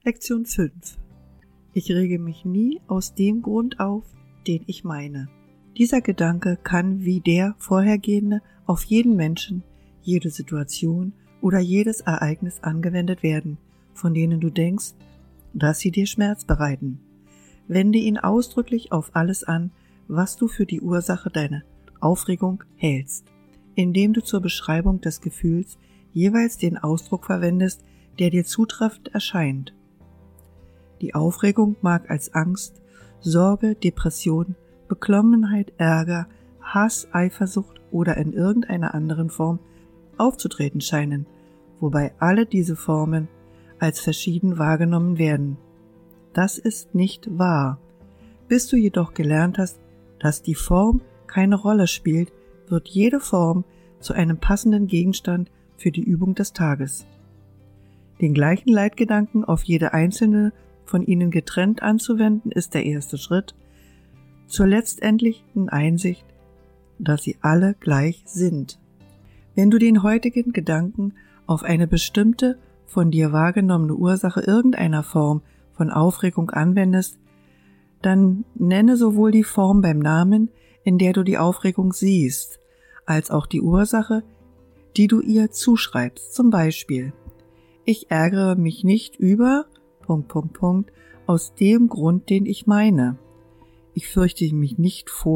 Lektion 5. Ich rege mich nie aus dem Grund auf, den ich meine. Dieser Gedanke kann wie der vorhergehende auf jeden Menschen, jede Situation oder jedes Ereignis angewendet werden, von denen du denkst, dass sie dir Schmerz bereiten. Wende ihn ausdrücklich auf alles an, was du für die Ursache deiner Aufregung hältst, indem du zur Beschreibung des Gefühls jeweils den Ausdruck verwendest, der dir zutreffend erscheint. Die Aufregung mag als Angst, Sorge, Depression, Beklommenheit, Ärger, Hass, Eifersucht oder in irgendeiner anderen Form aufzutreten scheinen, wobei alle diese Formen als verschieden wahrgenommen werden. Das ist nicht wahr. Bis du jedoch gelernt hast, dass die Form keine Rolle spielt, wird jede Form zu einem passenden Gegenstand für die Übung des Tages. Den gleichen Leitgedanken auf jede einzelne von ihnen getrennt anzuwenden, ist der erste Schritt zur letztendlichen Einsicht, dass sie alle gleich sind. Wenn du den heutigen Gedanken auf eine bestimmte, von dir wahrgenommene Ursache irgendeiner Form von Aufregung anwendest, dann nenne sowohl die Form beim Namen, in der du die Aufregung siehst, als auch die Ursache, die du ihr zuschreibst. Zum Beispiel: Ich ärgere mich nicht über ... aus dem Grund, den ich meine. Ich fürchte mich nicht vor ...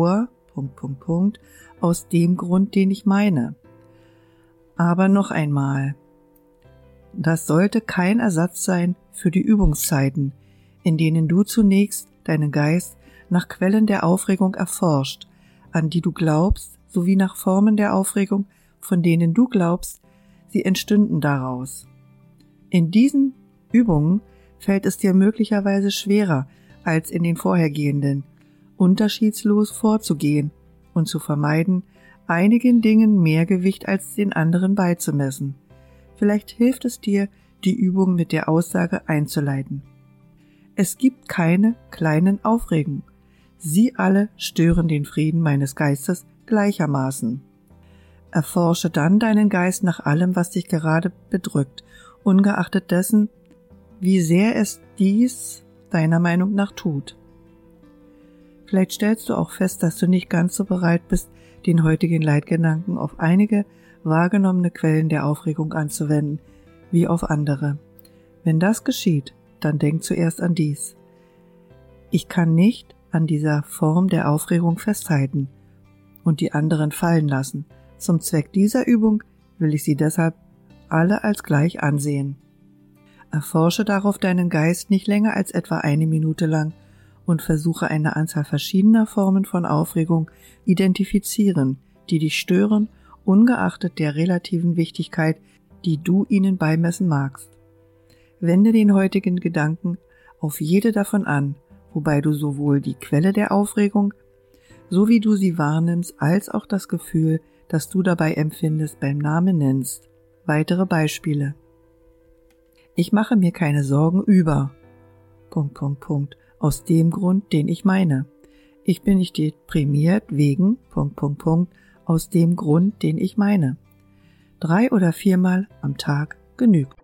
aus dem Grund, den ich meine. Aber noch einmal: Das sollte kein Ersatz sein für die Übungszeiten, in denen du zunächst deinen Geist nach Quellen der Aufregung erforscht, an die du glaubst, sowie nach Formen der Aufregung, von denen du glaubst, sie entstünden daraus. In diesen Übungen fällt es dir möglicherweise schwerer als in den vorhergehenden, unterschiedslos vorzugehen und zu vermeiden, einigen Dingen mehr Gewicht als den anderen beizumessen. Vielleicht hilft es dir, die Übung mit der Aussage einzuleiten: Es gibt keine kleinen Aufregungen. Sie alle stören den Frieden meines Geistes gleichermaßen. Erforsche dann deinen Geist nach allem, was dich gerade bedrückt, ungeachtet dessen, wie sehr es dies deiner Meinung nach tut. Vielleicht stellst du auch fest, dass du nicht ganz so bereit bist, den heutigen Leitgedanken auf einige wahrgenommene Quellen der Aufregung anzuwenden, wie auf andere. Wenn das geschieht, dann denk zuerst an dies: Ich kann nicht an dieser Form der Aufregung festhalten und die anderen fallen lassen. Zum Zweck dieser Übung will ich sie deshalb alle als gleich ansehen. Erforsche darauf deinen Geist nicht länger als etwa 1 Minute lang und versuche eine Anzahl verschiedener Formen von Aufregung identifizieren, die dich stören, ungeachtet der relativen Wichtigkeit, die du ihnen beimessen magst. Wende den heutigen Gedanken auf jede davon an, wobei du sowohl die Quelle der Aufregung, so wie du sie wahrnimmst, als auch das Gefühl, das du dabei empfindest, beim Namen nennst. Weitere Beispiele: Ich mache mir keine Sorgen über ... aus dem Grund, den ich meine. Ich bin nicht deprimiert wegen ... aus dem Grund, den ich meine. 3 oder 4 Mal am Tag genügt.